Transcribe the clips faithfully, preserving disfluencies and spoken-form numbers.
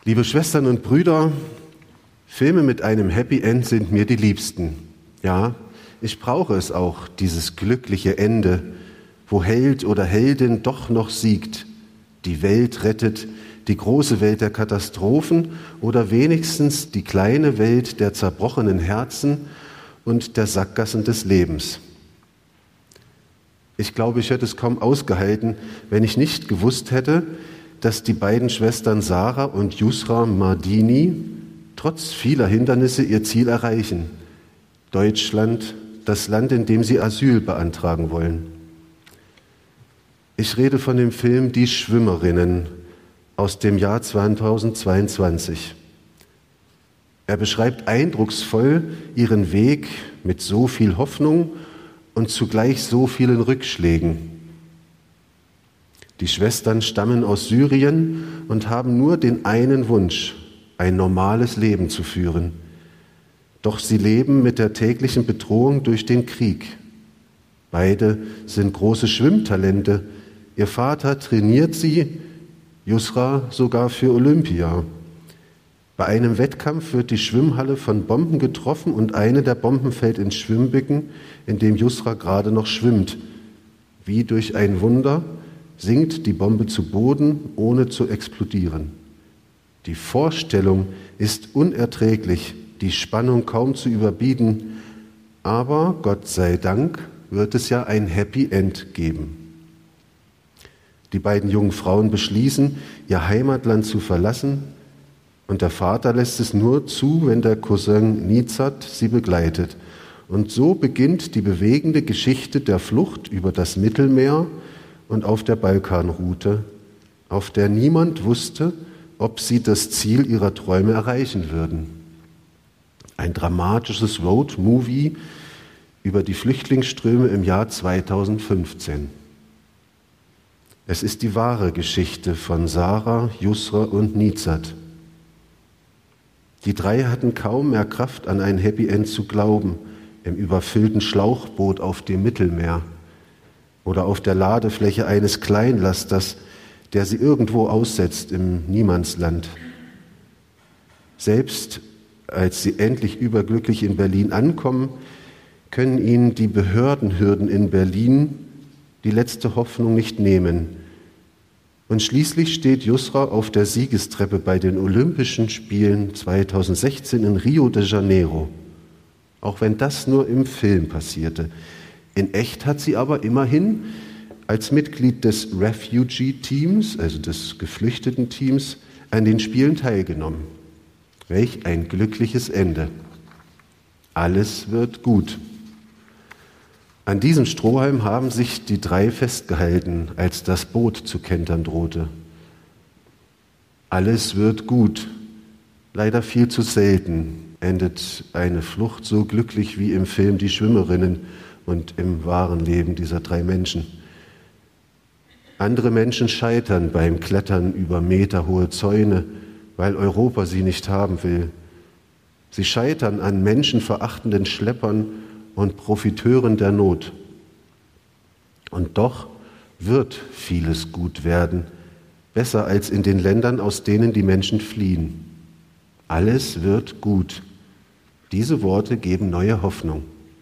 Liebe Schwestern und Brüder, Filme mit einem Happy End sind mir die liebsten. Ja, ich brauche es auch, dieses glückliche Ende, wo Held oder Heldin doch noch siegt, die Welt rettet, die große Welt der Katastrophen oder wenigstens die kleine Welt der zerbrochenen Herzen und der Sackgassen des Lebens. Ich glaube, ich hätte es kaum ausgehalten, wenn ich nicht gewusst hätte, dass die beiden Schwestern Sarah und Yusra Mardini trotz vieler Hindernisse ihr Ziel erreichen. Deutschland, das Land, in dem sie Asyl beantragen wollen. Ich rede von dem Film Die Schwimmerinnen aus dem Jahr zweitausendzweiundzwanzig. Er beschreibt eindrucksvoll ihren Weg mit so viel Hoffnung und zugleich so vielen Rückschlägen. Die Schwestern stammen aus Syrien und haben nur den einen Wunsch, ein normales Leben zu führen. Doch sie leben mit der täglichen Bedrohung durch den Krieg. Beide sind große Schwimmtalente. Ihr Vater trainiert sie, Yusra sogar für Olympia. Bei einem Wettkampf wird die Schwimmhalle von Bomben getroffen und eine der Bomben fällt ins Schwimmbecken, in dem Yusra gerade noch schwimmt. Wie durch ein Wunder sinkt die Bombe zu Boden, ohne zu explodieren. Die Vorstellung ist unerträglich, die Spannung kaum zu überbieten, aber Gott sei Dank wird es ja ein Happy End geben. Die beiden jungen Frauen beschließen, ihr Heimatland zu verlassen, und der Vater lässt es nur zu, wenn der Cousin Nizat sie begleitet. Und so beginnt die bewegende Geschichte der Flucht über das Mittelmeer und auf der Balkanroute, auf der niemand wusste, ob sie das Ziel ihrer Träume erreichen würden. Ein dramatisches Road-Movie über die Flüchtlingsströme im Jahr zweitausendfünfzehn. Es ist die wahre Geschichte von Sarah, Yusra und Nizat. Die drei hatten kaum mehr Kraft, an ein Happy End zu glauben, im überfüllten Schlauchboot auf dem Mittelmeer oder auf der Ladefläche eines Kleinlasters, der sie irgendwo aussetzt im Niemandsland. Selbst als sie endlich überglücklich in Berlin ankommen, können ihnen die Behördenhürden in Berlin die letzte Hoffnung nicht nehmen. Und schließlich steht Yusra auf der Siegestreppe bei den Olympischen Spielen zweitausendsechzehn in Rio de Janeiro. Auch wenn das nur im Film passierte. In echt hat sie aber immerhin als Mitglied des Refugee-Teams, also des Geflüchteten-Teams, an den Spielen teilgenommen. Welch ein glückliches Ende. Alles wird gut. An diesem Strohhalm haben sich die drei festgehalten, als das Boot zu kentern drohte. Alles wird gut. Leider viel zu selten endet eine Flucht so glücklich wie im Film Die Schwimmerinnen und im wahren Leben dieser drei Menschen. Andere Menschen scheitern beim Klettern über meterhohe Zäune, weil Europa sie nicht haben will. Sie scheitern an menschenverachtenden Schleppern und Profiteuren der Not. Und doch wird vieles gut werden, besser als in den Ländern, aus denen die Menschen fliehen. Alles wird gut. Diese Worte geben neue Hoffnung.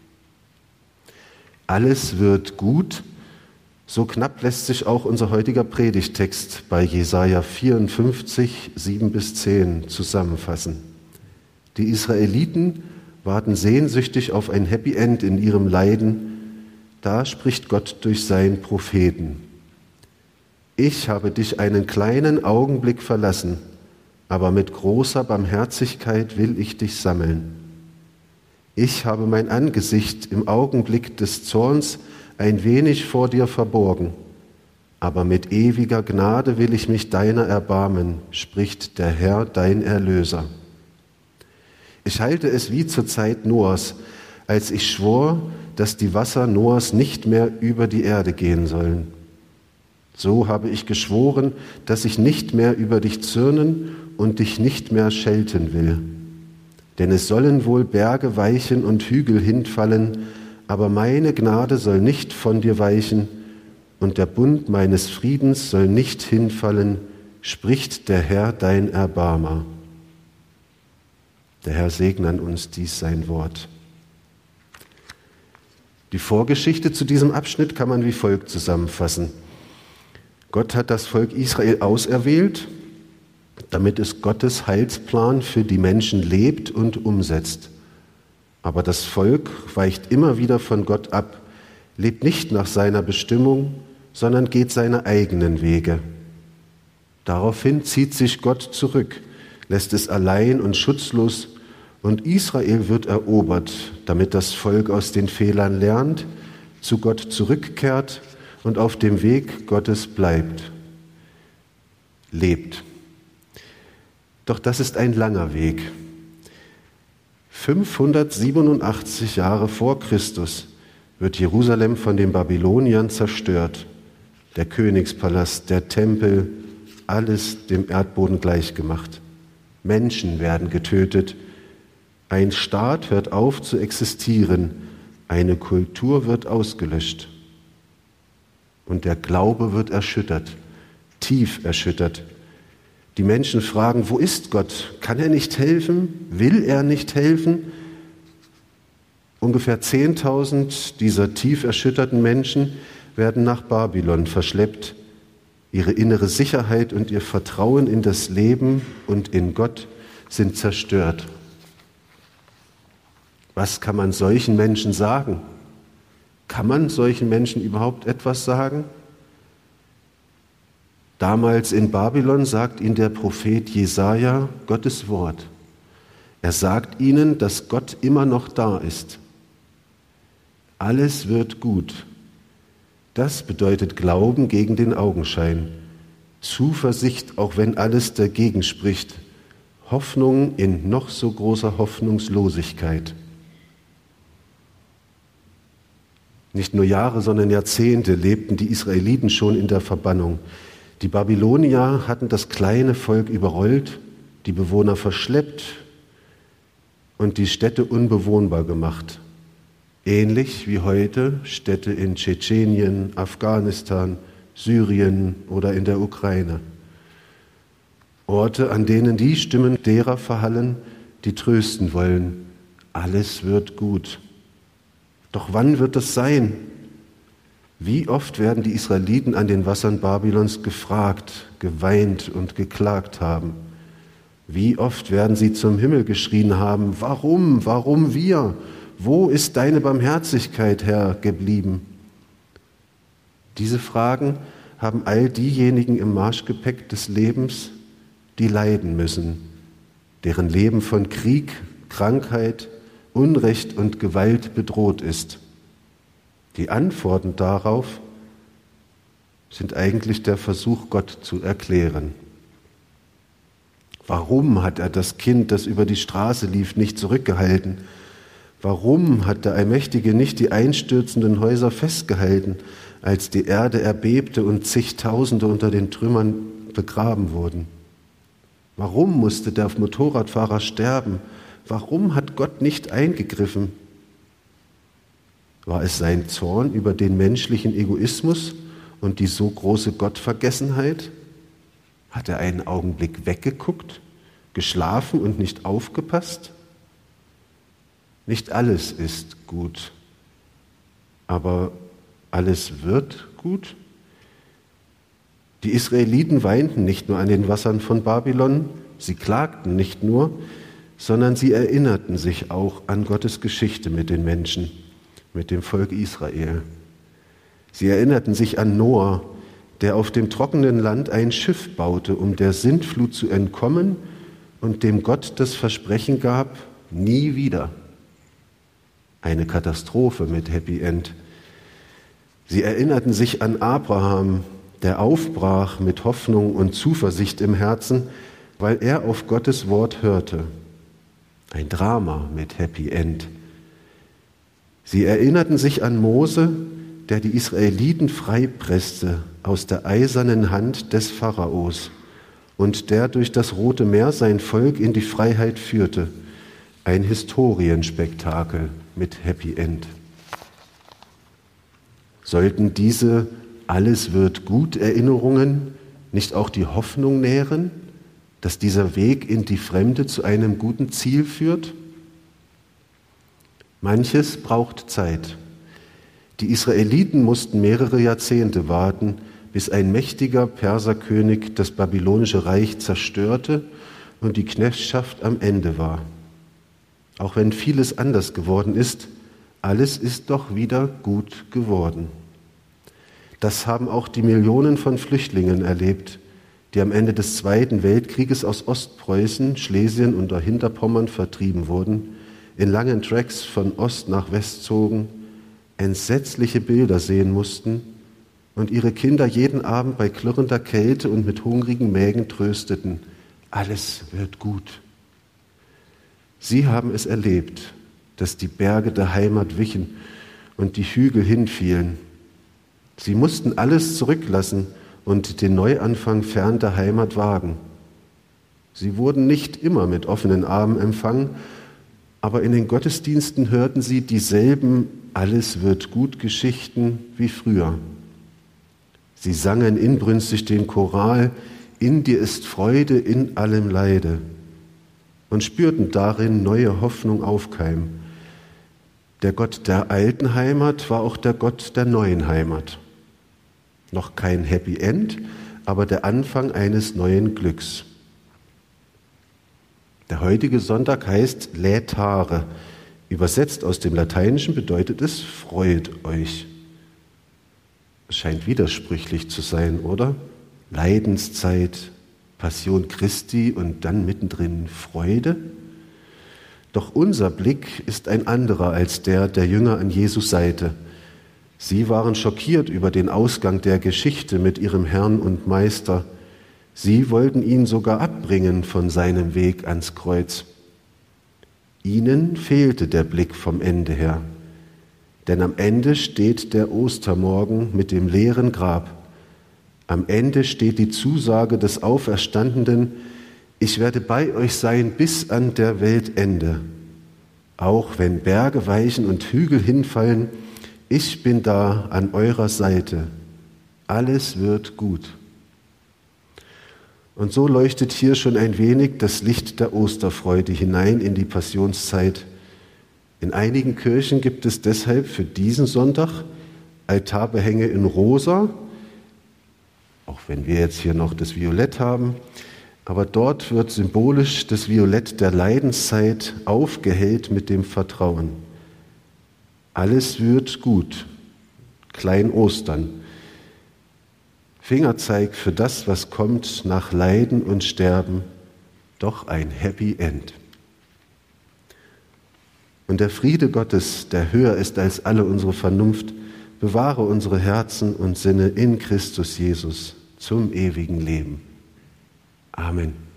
Alles wird gut. So knapp lässt sich auch unser heutiger Predigttext bei Jesaja vierundfünfzig, sieben bis zehn zusammenfassen. Die Israeliten warten sehnsüchtig auf ein Happy End in ihrem Leiden. Da spricht Gott durch seinen Propheten. Ich habe dich einen kleinen Augenblick verlassen, aber mit großer Barmherzigkeit will ich dich sammeln. Ich habe mein Angesicht im Augenblick des Zorns ein wenig vor dir verborgen, aber mit ewiger Gnade will ich mich deiner erbarmen, spricht der Herr, dein Erlöser. Ich halte es wie zur Zeit Noahs, als ich schwor, dass die Wasser Noahs nicht mehr über die Erde gehen sollen. So habe ich geschworen, dass ich nicht mehr über dich zürnen und dich nicht mehr schelten will. Denn es sollen wohl Berge weichen und Hügel hinfallen, aber meine Gnade soll nicht von dir weichen und der Bund meines Friedens soll nicht hinfallen, spricht der Herr dein Erbarmer. Der Herr segne an uns dies sein Wort. Die Vorgeschichte zu diesem Abschnitt kann man wie folgt zusammenfassen. Gott hat das Volk Israel auserwählt, damit es Gottes Heilsplan für die Menschen lebt und umsetzt. Aber das Volk weicht immer wieder von Gott ab, lebt nicht nach seiner Bestimmung, sondern geht seine eigenen Wege. Daraufhin zieht sich Gott zurück, lässt es allein und schutzlos, und Israel wird erobert, damit das Volk aus den Fehlern lernt, zu Gott zurückkehrt und auf dem Weg Gottes bleibt, lebt. Doch das ist ein langer Weg. fünfhundertsiebenundachtzig Jahre vor Christus wird Jerusalem von den Babyloniern zerstört. Der Königspalast, der Tempel, alles dem Erdboden gleichgemacht. Menschen werden getötet. Ein Staat hört auf zu existieren. Eine Kultur wird ausgelöscht. Und der Glaube wird erschüttert, tief erschüttert. Die Menschen fragen, wo ist Gott? Kann er nicht helfen? Will er nicht helfen? Ungefähr zehntausend dieser tief erschütterten Menschen werden nach Babylon verschleppt. Ihre innere Sicherheit und ihr Vertrauen in das Leben und in Gott sind zerstört. Was kann man solchen Menschen sagen? Kann man solchen Menschen überhaupt etwas sagen? Damals in Babylon sagt ihnen der Prophet Jesaja Gottes Wort. Er sagt ihnen, dass Gott immer noch da ist. Alles wird gut. Das bedeutet Glauben gegen den Augenschein. Zuversicht, auch wenn alles dagegen spricht. Hoffnung in noch so großer Hoffnungslosigkeit. Nicht nur Jahre, sondern Jahrzehnte lebten die Israeliten schon in der Verbannung. Die Babylonier hatten das kleine Volk überrollt, die Bewohner verschleppt und die Städte unbewohnbar gemacht. Ähnlich wie heute Städte in Tschetschenien, Afghanistan, Syrien oder in der Ukraine. Orte, an denen die Stimmen derer verhallen, die trösten wollen. Alles wird gut. Doch wann wird das sein? Wie oft werden die Israeliten an den Wassern Babylons gefragt, geweint und geklagt haben? Wie oft werden sie zum Himmel geschrien haben, warum, warum wir? Wo ist deine Barmherzigkeit, Herr, geblieben? Diese Fragen haben all diejenigen im Marschgepäck des Lebens, die leiden müssen, deren Leben von Krieg, Krankheit, Unrecht und Gewalt bedroht ist. Die Antworten darauf sind eigentlich der Versuch, Gott zu erklären. Warum hat er das Kind, das über die Straße lief, nicht zurückgehalten? Warum hat der Allmächtige nicht die einstürzenden Häuser festgehalten, als die Erde erbebte und zigtausende unter den Trümmern begraben wurden? Warum musste der Motorradfahrer sterben? Warum hat Gott nicht eingegriffen? War es sein Zorn über den menschlichen Egoismus und die so große Gottvergessenheit? Hat er einen Augenblick weggeguckt, geschlafen und nicht aufgepasst? Nicht alles ist gut, aber alles wird gut. Die Israeliten weinten nicht nur an den Wassern von Babylon, sie klagten nicht nur, sondern sie erinnerten sich auch an Gottes Geschichte mit den Menschen, mit dem Volk Israel. Sie erinnerten sich an Noah, der auf dem trockenen Land ein Schiff baute, um der Sintflut zu entkommen und dem Gott das Versprechen gab, nie wieder. Eine Katastrophe mit Happy End. Sie erinnerten sich an Abraham, der aufbrach mit Hoffnung und Zuversicht im Herzen, weil er auf Gottes Wort hörte. Ein Drama mit Happy End. Sie erinnerten sich an Mose, der die Israeliten freipresste aus der eisernen Hand des Pharaos und der durch das Rote Meer sein Volk in die Freiheit führte. Ein Historienspektakel mit Happy End. Sollten diese Alles wird gut Erinnerungen nicht auch die Hoffnung nähren, dass dieser Weg in die Fremde zu einem guten Ziel führt? Manches braucht Zeit. Die Israeliten mussten mehrere Jahrzehnte warten, bis ein mächtiger Perserkönig das babylonische Reich zerstörte und die Knechtschaft am Ende war. Auch wenn vieles anders geworden ist, alles ist doch wieder gut geworden. Das haben auch die Millionen von Flüchtlingen erlebt, die am Ende des Zweiten Weltkrieges aus Ostpreußen, Schlesien und Hinterpommern vertrieben wurden, in langen Tracks von Ost nach West zogen, entsetzliche Bilder sehen mussten und ihre Kinder jeden Abend bei klirrender Kälte und mit hungrigen Mägen trösteten: Alles wird gut. Sie haben es erlebt, dass die Berge der Heimat wichen und die Hügel hinfielen. Sie mussten alles zurücklassen und den Neuanfang fern der Heimat wagen. Sie wurden nicht immer mit offenen Armen empfangen, aber in den Gottesdiensten hörten sie dieselben Alles wird gut Geschichten wie früher. Sie sangen inbrünstig den Choral In dir ist Freude in allem Leide und spürten darin neue Hoffnung aufkeimen. Der Gott der alten Heimat war auch der Gott der neuen Heimat. Noch kein Happy End, aber der Anfang eines neuen Glücks. Der heutige Sonntag heißt Laetare. Übersetzt aus dem Lateinischen bedeutet es Freut euch. Es scheint widersprüchlich zu sein, oder? Leidenszeit, Passion Christi und dann mittendrin Freude. Doch unser Blick ist ein anderer als der der Jünger an Jesus Seite. Sie waren schockiert über den Ausgang der Geschichte mit ihrem Herrn und Meister. Sie wollten ihn sogar abbringen von seinem Weg ans Kreuz. Ihnen fehlte der Blick vom Ende her. Denn am Ende steht der Ostermorgen mit dem leeren Grab. Am Ende steht die Zusage des Auferstandenen: Ich werde bei euch sein bis an der Weltende. Auch wenn Berge weichen und Hügel hinfallen, ich bin da an eurer Seite. Alles wird gut. Und so leuchtet hier schon ein wenig das Licht der Osterfreude hinein in die Passionszeit. In einigen Kirchen gibt es deshalb für diesen Sonntag Altarbehänge in Rosa, auch wenn wir jetzt hier noch das Violett haben, aber dort wird symbolisch das Violett der Leidenszeit aufgehellt mit dem Vertrauen. Alles wird gut. Klein Ostern. Fingerzeig für das, was kommt nach Leiden und Sterben, doch ein Happy End. Und der Friede Gottes, der höher ist als alle unsere Vernunft, bewahre unsere Herzen und Sinne in Christus Jesus zum ewigen Leben. Amen.